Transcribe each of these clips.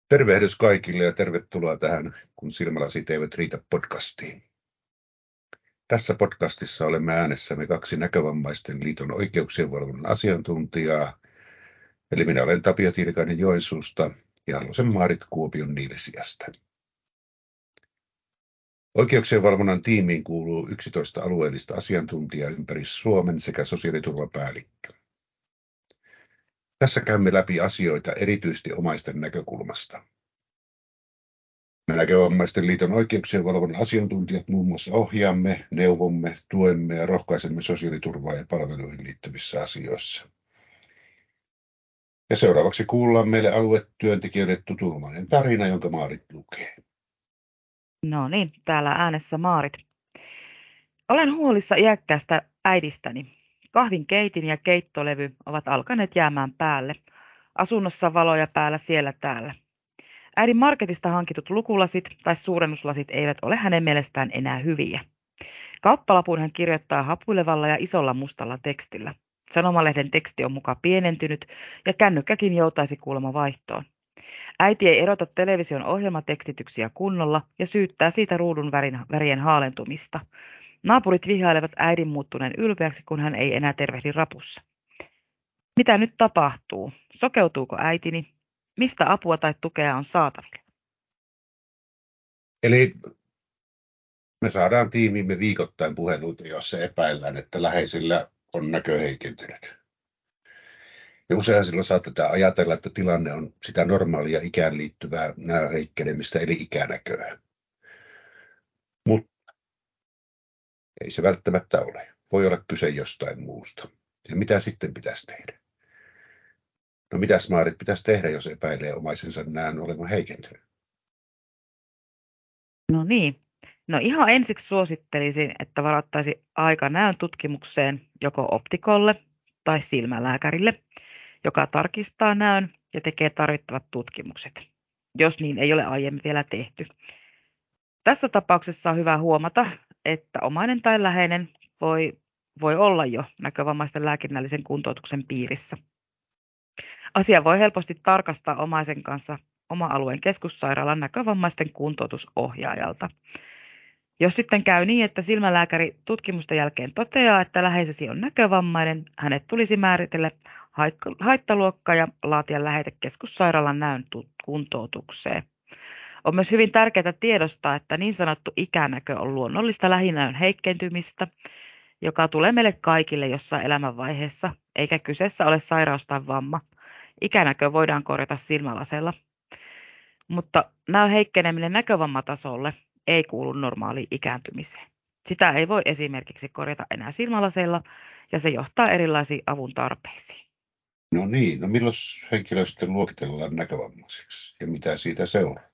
Tervehdys kaikille ja tervetuloa tähän Kun silmälasit eivät riitä podcastiin. Tässä podcastissa olemme äänessämme kaksi Näkövammaisten liiton oikeuksien valvonnan asiantuntijaa. Eli minä olen Tapio Tiilikainen Joensuusta ja Halosen Maarit Kuopion Nilsiästä. Oikeuksien valvonnan tiimiin kuuluu 11 alueellista asiantuntijaa ympäri Suomen sekä sosiaaliturvapäällikkö. Tässä käymme läpi asioita erityisesti omaisten näkökulmasta. Me Näkövammaisten liiton oikeuksien valvonnan asiantuntijat muun muassa ohjaamme, neuvomme, tuemme ja rohkaisemme sosiaaliturvaan ja palveluihin liittyvissä asioissa. Ja seuraavaksi kuullaan meille aluetyöntekijöille tutunomainen tarina, jonka Maarit lukee. No niin, täällä äänessä Maarit. Olen huolissa iäkkäästä äidistäni. Kahvin keitin ja keittolevy ovat alkaneet jäämään päälle. Asunnossa valoja päällä siellä täällä. Äidin marketista hankitut lukulasit tai suurennuslasit eivät ole hänen mielestään enää hyviä. Kauppalapun hän kirjoittaa hapuilevalla ja isolla mustalla tekstillä. Sanomalehden teksti on muka pienentynyt ja kännykkäkin joutaisi kuulemma vaihtoon. Äiti ei erota television ohjelmatekstityksiä kunnolla ja syyttää siitä ruudun värien haalentumista. Naapurit vihailevat äidin muuttuneen ylpeäksi, kun hän ei enää tervehdi rapussa. Mitä nyt tapahtuu? Sokeutuuko äitini? Mistä apua tai tukea on saatavilla? Eli me saadaan tiimiimme viikoittain puheluita, joissa epäillään, että läheisillä on näkö heikentynyt. Ja usein silloin saatetaan ajatella, että tilanne on sitä normaalia ikään liittyvää näöheikkenemistä, eli ikänäköä. Mutta ei se välttämättä ole. Voi olla kyse jostain muusta. Ja mitä sitten pitäisi tehdä? No mitäs Maarit pitäisi tehdä, jos epäilee omaisensa näön olevan heikentynyt? No niin. No ihan ensiksi suosittelisin, että varattaisi aika näön tutkimukseen joko optikolle tai silmälääkärille, joka tarkistaa näön ja tekee tarvittavat tutkimukset, jos niin ei ole aiemmin vielä tehty. Tässä tapauksessa on hyvä huomata, että omainen tai läheinen voi olla jo näkövammaisten lääkinnällisen kuntoutuksen piirissä. Asia voi helposti tarkastaa omaisen kanssa oma-alueen keskussairaalan näkövammaisten kuntoutusohjaajalta. Jos sitten käy niin, että silmälääkäri tutkimusten jälkeen toteaa, että läheisesi on näkövammainen, hänet tulisi määritellä haittaluokka ja laatia lähete keskussairaalan näön kuntoutukseen. On myös hyvin tärkeää tiedostaa, että niin sanottu ikänäkö on luonnollista lähinäön heikkentymistä, joka tulee meille kaikille jossain elämänvaiheessa, eikä kyseessä ole sairaus tai vamma. Ikänäkö voidaan korjata silmälaseilla, mutta näön heikkeneminen näkövammatasolle ei kuulu normaaliin ikääntymiseen. Sitä ei voi esimerkiksi korjata enää silmälaseilla ja se johtaa erilaisiin avun tarpeisiin. No niin, no milloin henkilö sitten luokitellaan näkövammaiseksi ja mitä siitä seuraa?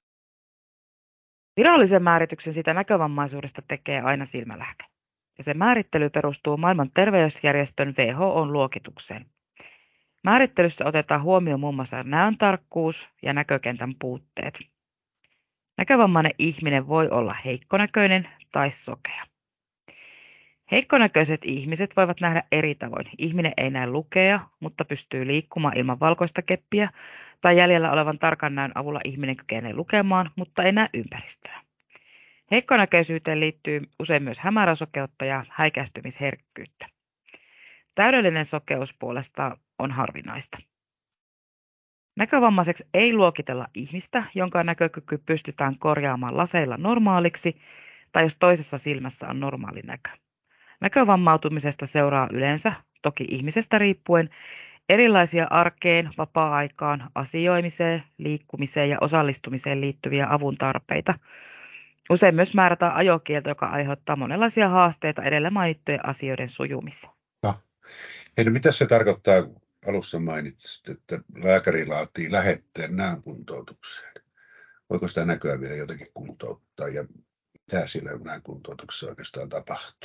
Virallisen määrityksen sitä näkövammaisuudesta tekee aina silmälääkäri. Ja se määrittely perustuu maailman terveysjärjestön WHO:n luokitukseen. Määrittelyssä otetaan huomioon muun muassa näön tarkkuus ja näkökentän puutteet. Näkövammainen ihminen voi olla heikkonäköinen tai sokea. Heikkonäköiset ihmiset voivat nähdä eri tavoin. Ihminen ei näe lukea, mutta pystyy liikkumaan ilman valkoista keppiä, tai jäljellä olevan tarkan näön avulla ihminen kykenee lukemaan, mutta ei näe ympäristöä. Heikkonäköisyyteen liittyy usein myös hämäräsokeutta ja häikäistymisherkkyyttä. Täydellinen sokeus puolestaan on harvinaista. Näkövammaiseksi ei luokitella ihmistä, jonka näkökyky pystytään korjaamaan laseilla normaaliksi, tai jos toisessa silmässä on normaali näkö. Näkövammautumisesta seuraa yleensä, toki ihmisestä riippuen, erilaisia arkeen, vapaa-aikaan, asioimiseen, liikkumiseen ja osallistumiseen liittyviä avun tarpeita. Usein myös määrätään ajokielto, joka aiheuttaa monenlaisia haasteita edellä mainittujen asioiden sujumiseen. No. Hei, no mitä se tarkoittaa, alussa mainitsit, että lääkäri laatii lähetteen näön kuntoutukseen? Voiko sitä näköä vielä jotenkin kuntouttaa ja mitä siellä näön kuntoutuksessa oikeastaan tapahtuu?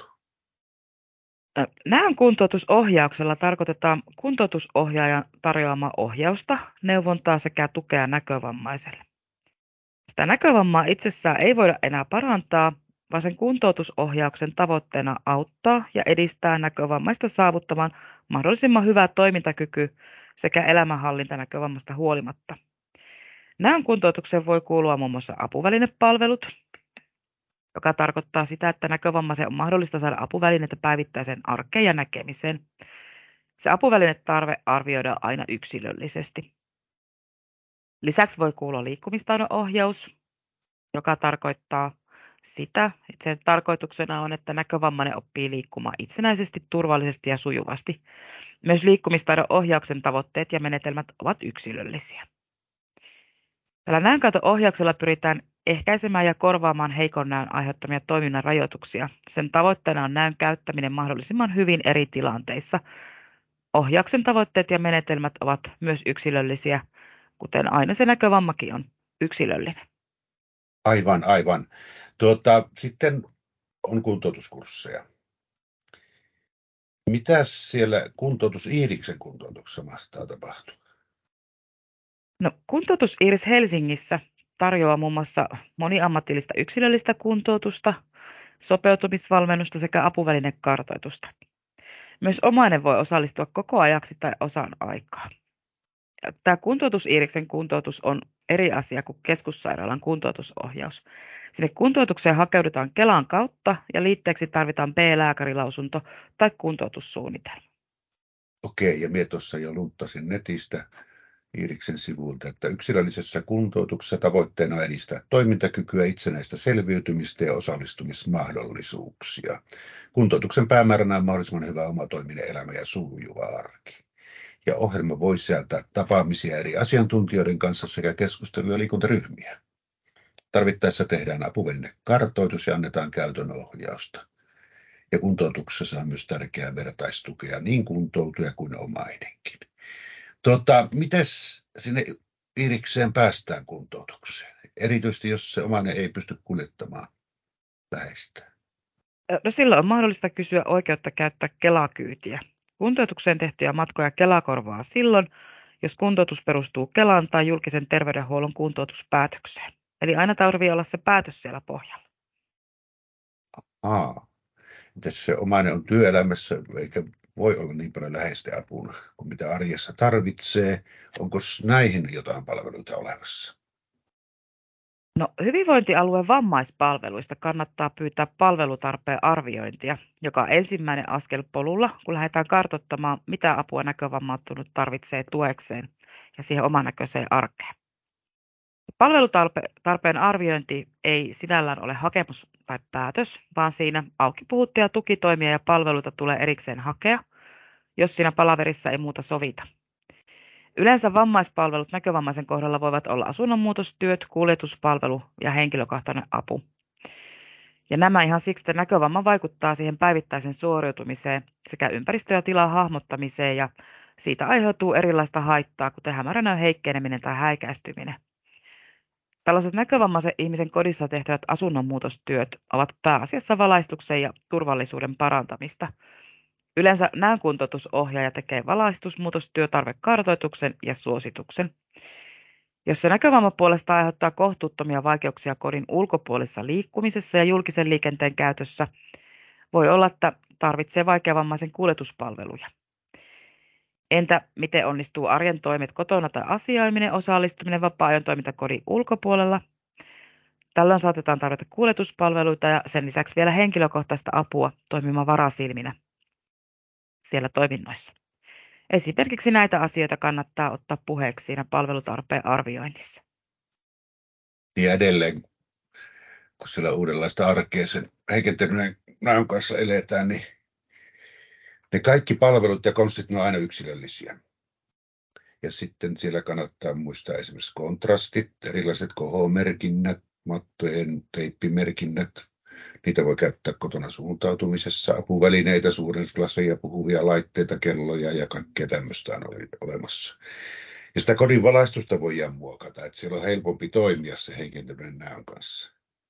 Näön kuntoutusohjauksella tarkoitetaan kuntoutusohjaajan tarjoamaa ohjausta, neuvontaa sekä tukea näkövammaiselle. Sitä näkövammaa itsessään ei voida enää parantaa, vaan sen kuntoutusohjauksen tavoitteena auttaa ja edistää näkövammaista saavuttamaan mahdollisimman hyvä toimintakyky sekä elämänhallinta näkövammasta huolimatta. Näön kuntoutukseen voi kuulua muun muassa apuvälinepalvelut, joka tarkoittaa sitä, että näkövammaisen on mahdollista saada apuvälineitä päivittäiseen arkeen ja näkemiseen. Se apuvälinetarve arvioidaan aina yksilöllisesti. Lisäksi voi kuulua liikkumistaidon ohjaus, joka tarkoittaa sitä, että sen tarkoituksena on, että näkövammainen oppii liikkumaan itsenäisesti, turvallisesti ja sujuvasti. Myös liikkumistaidon ohjauksen tavoitteet ja menetelmät ovat yksilöllisiä. Tällä näönkäytön ohjauksella pyritään ehkäisemään ja korvaamaan heikon näön aiheuttamia toiminnan rajoituksia. Sen tavoitteena on näön käyttäminen mahdollisimman hyvin eri tilanteissa. Ohjauksen tavoitteet ja menetelmät ovat myös yksilöllisiä, kuten aina se näkövammakin on yksilöllinen. Aivan, aivan. Sitten on kuntoutuskursseja. Mitäs siellä Iiriksen kuntoutuksessa mahtaa tapahtua? No, kuntoutus Iiris Helsingissä tarjoaa muun muassa moniammatillista yksilöllistä kuntoutusta, sopeutumisvalmennusta sekä apuvälinekartoitusta. Myös omainen voi osallistua koko ajaksi tai osan aikaa. Tämä kuntoutus Iiriksen kuntoutus on eri asia kuin keskussairaalan kuntoutusohjaus. Sinne kuntoutukseen hakeudutaan Kelan kautta ja liitteeksi tarvitaan B-lääkärilausunto tai kuntoutussuunnitelma. Okei, ja minä tuossa jo lunttasin netistä Iiriksen sivuilta, että yksilöllisessä kuntoutuksessa tavoitteena on edistää toimintakykyä, itsenäistä selviytymistä ja osallistumismahdollisuuksia. Kuntoutuksen päämääränä on mahdollisimman hyvä omatoiminen elämä ja sujuva arki. Ja ohjelma voi sisältää tapaamisia eri asiantuntijoiden kanssa sekä keskusteluja ja liikuntaryhmiä. Tarvittaessa tehdään apuvälinekartoitus ja annetaan käytön ohjausta. Ja kuntoutuksessa on myös tärkeää vertaistukea niin kuntoutuja kuin omainenkin. Mites sinne Iirikseen päästään kuntoutukseen? Erityisesti jos se omainen ei pysty kuljettamaan läheistä. No, silloin on mahdollista kysyä oikeutta käyttää Kela-kyytiä. Kuntoutukseen tehtyjä matkoja Kela korvaa silloin, jos kuntoutus perustuu Kelan tai julkisen terveydenhuollon kuntoutuspäätökseen. Eli aina tarvitsee olla se päätös siellä pohjalla. Mites se omainen on työelämässä eikä voi olla niin paljon läheisten apuna kuin mitä arjessa tarvitsee? Onko näihin jotain palveluita olemassa? No, hyvinvointialueen vammaispalveluista kannattaa pyytää palvelutarpeen arviointia, joka on ensimmäinen askel polulla, kun lähdetään kartoittamaan, mitä apua näkövammautunut tarvitsee tuekseen ja siihen omanäköiseen arkeen. Palvelutarpeen arviointi ei sinällään ole hakemus tai päätös, vaan siinä auki puhuttuja tukitoimia ja palveluita tulee erikseen hakea, jos siinä palaverissa ei muuta sovita. Yleensä vammaispalvelut näkövammaisen kohdalla voivat olla asunnonmuutostyöt, kuljetuspalvelu ja henkilökohtainen apu. Ja nämä ihan siksi, että näkövamma vaikuttaa siihen päivittäisen suoriutumiseen sekä ympäristö- ja tilan hahmottamiseen ja siitä aiheutuu erilaista haittaa, kuten hämäränäön heikkeneminen tai häikäistyminen. Tällaiset näkövammaisen ihmisen kodissa tehtävät asunnonmuutostyöt ovat pääasiassa valaistuksen ja turvallisuuden parantamista. Yleensä näönkuntoutusohjaaja tekee valaistusmuutostyötarvekartoituksen ja suosituksen. Jos se näkövamma puolestaan aiheuttaa kohtuuttomia vaikeuksia kodin ulkopuolisessa liikkumisessa ja julkisen liikenteen käytössä, voi olla, että tarvitsee vaikeavammaisen kuljetuspalveluja. Entä miten onnistuu arjen toimet kotona tai asioiminen, osallistuminen vapaa-ajan toiminta kodin ulkopuolella? Tällöin saatetaan tarvita kuljetuspalveluita ja sen lisäksi vielä henkilökohtaista apua toimimaan varasilminä siellä toiminnoissa. Esimerkiksi näitä asioita kannattaa ottaa puheeksi siinä palvelutarpeen arvioinnissa. Ja edelleen, kun siellä uudenlaista arkea sen heikentyneen näön kanssa eletään, niin ne kaikki palvelut ja konstit ne on aina yksilöllisiä. Ja sitten siellä kannattaa muistaa esimerkiksi kontrastit, erilaiset kohomerkinnät, mattojen teippimerkinnät. Niitä voi käyttää kotona suuntautumisessa, apuvälineitä, suurennuslaseja, puhuvia laitteita, kelloja ja kaikkea tämmöistä on olemassa. Ja sitä kodin valaistusta voidaan muokata, että siellä on helpompi toimia se heikentyneen näön kanssa.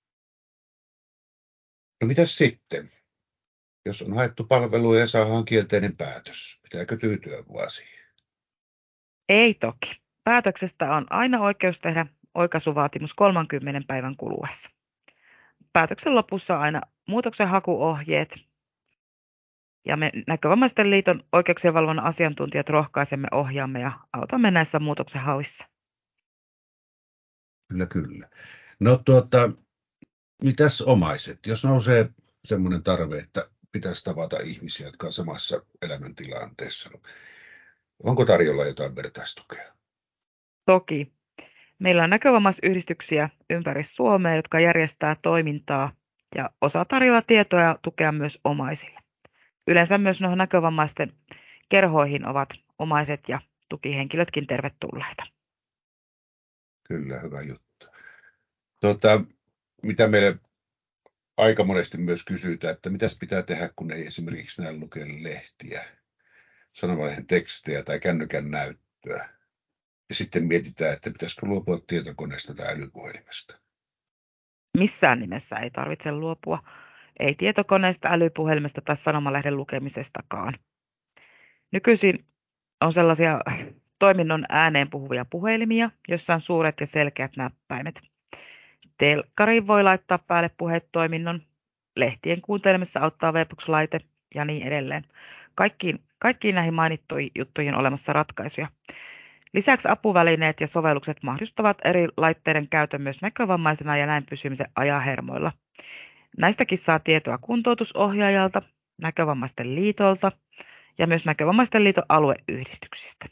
No mitäs sitten? Jos on haettu palvelua ja saadaan kielteinen päätös, pitääkö tyytyä vaan siihen? Ei toki. Päätöksestä on aina oikeus tehdä oikaisuvaatimus 30 päivän kuluessa. Päätöksen lopussa on aina muutoksenhakuohjeet. Ja me Näkövammaisten liiton oikeuksien valvonnan asiantuntijat rohkaisemme, ohjaamme ja autamme näissä muutoksenhauissa. Kyllä, kyllä. No mitäs omaiset? Jos nousee semmoinen tarve, että pitäisi tavata ihmisiä, jotka on samassa elämäntilanteessa, onko tarjolla jotain vertaistukea? Toki meillä on näkövammaisyhdistyksiä ympäri Suomea, jotka järjestää toimintaa ja osa tarjoaa tietoa ja tukea myös omaisille. Yleensä myös noihin näkövammaisten kerhoihin ovat omaiset ja tukihenkilötkin tervetulleita. Kyllä, hyvä juttu. Tota, mitä meille aika monesti myös kysytään, että mitäs pitää tehdä, kun ei esimerkiksi näe lukea lehtiä, sanomalehden tekstejä tai kännykän näyttöä. Ja sitten mietitään, että pitäisikö luopua tietokoneesta tai älypuhelimesta. Missään nimessä ei tarvitse luopua, ei tietokoneesta, älypuhelimesta tai sanomalehden lukemisestakaan. Nykyisin on sellaisia toiminnon ääneen puhuvia puhelimia, joissa on suuret ja selkeät näppäimet. Telkkariin voi laittaa päälle puhetoiminnon, lehtien kuuntelemassa auttaa Webbox-laite ja niin edelleen. Kaikkiin näihin mainittuihin juttuihin on olemassa ratkaisuja. Lisäksi apuvälineet ja sovellukset mahdollistavat eri laitteiden käytön myös näkövammaisena ja näin pysymisen ajahermoilla. Näistäkin saa tietoa kuntoutusohjaajalta, Näkövammaisten liitolta ja myös Näkövammaisten liiton alueyhdistyksistä.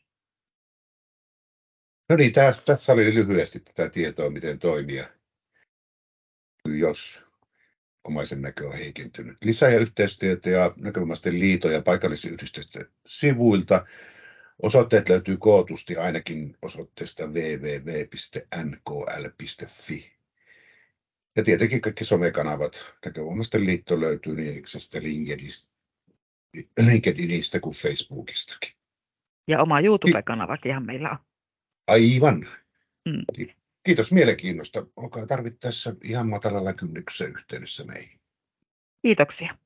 No niin, tässä oli lyhyesti tätä tietoa, miten toimia, jos omaisen näkö on heikentynyt. Lisää ja yhteistyötä Näkövammaisten liiton ja paikallisyhdistysten sivuilta. Osoitteet löytyy kootusti ainakin osoitteesta www.nkl.fi. Ja tietenkin kaikki somekanavat. Näkövammaisten liitto löytyy niin Xstä, LinkedInistä kuin Facebookistakin. Ja oma YouTube-kanavakinhan meillä on. Aivan. Mm. Kiitos mielenkiinnosta. Olkaa tarvittaessa ihan matalalla kynnyksessä yhteydessä meihin. Kiitoksia.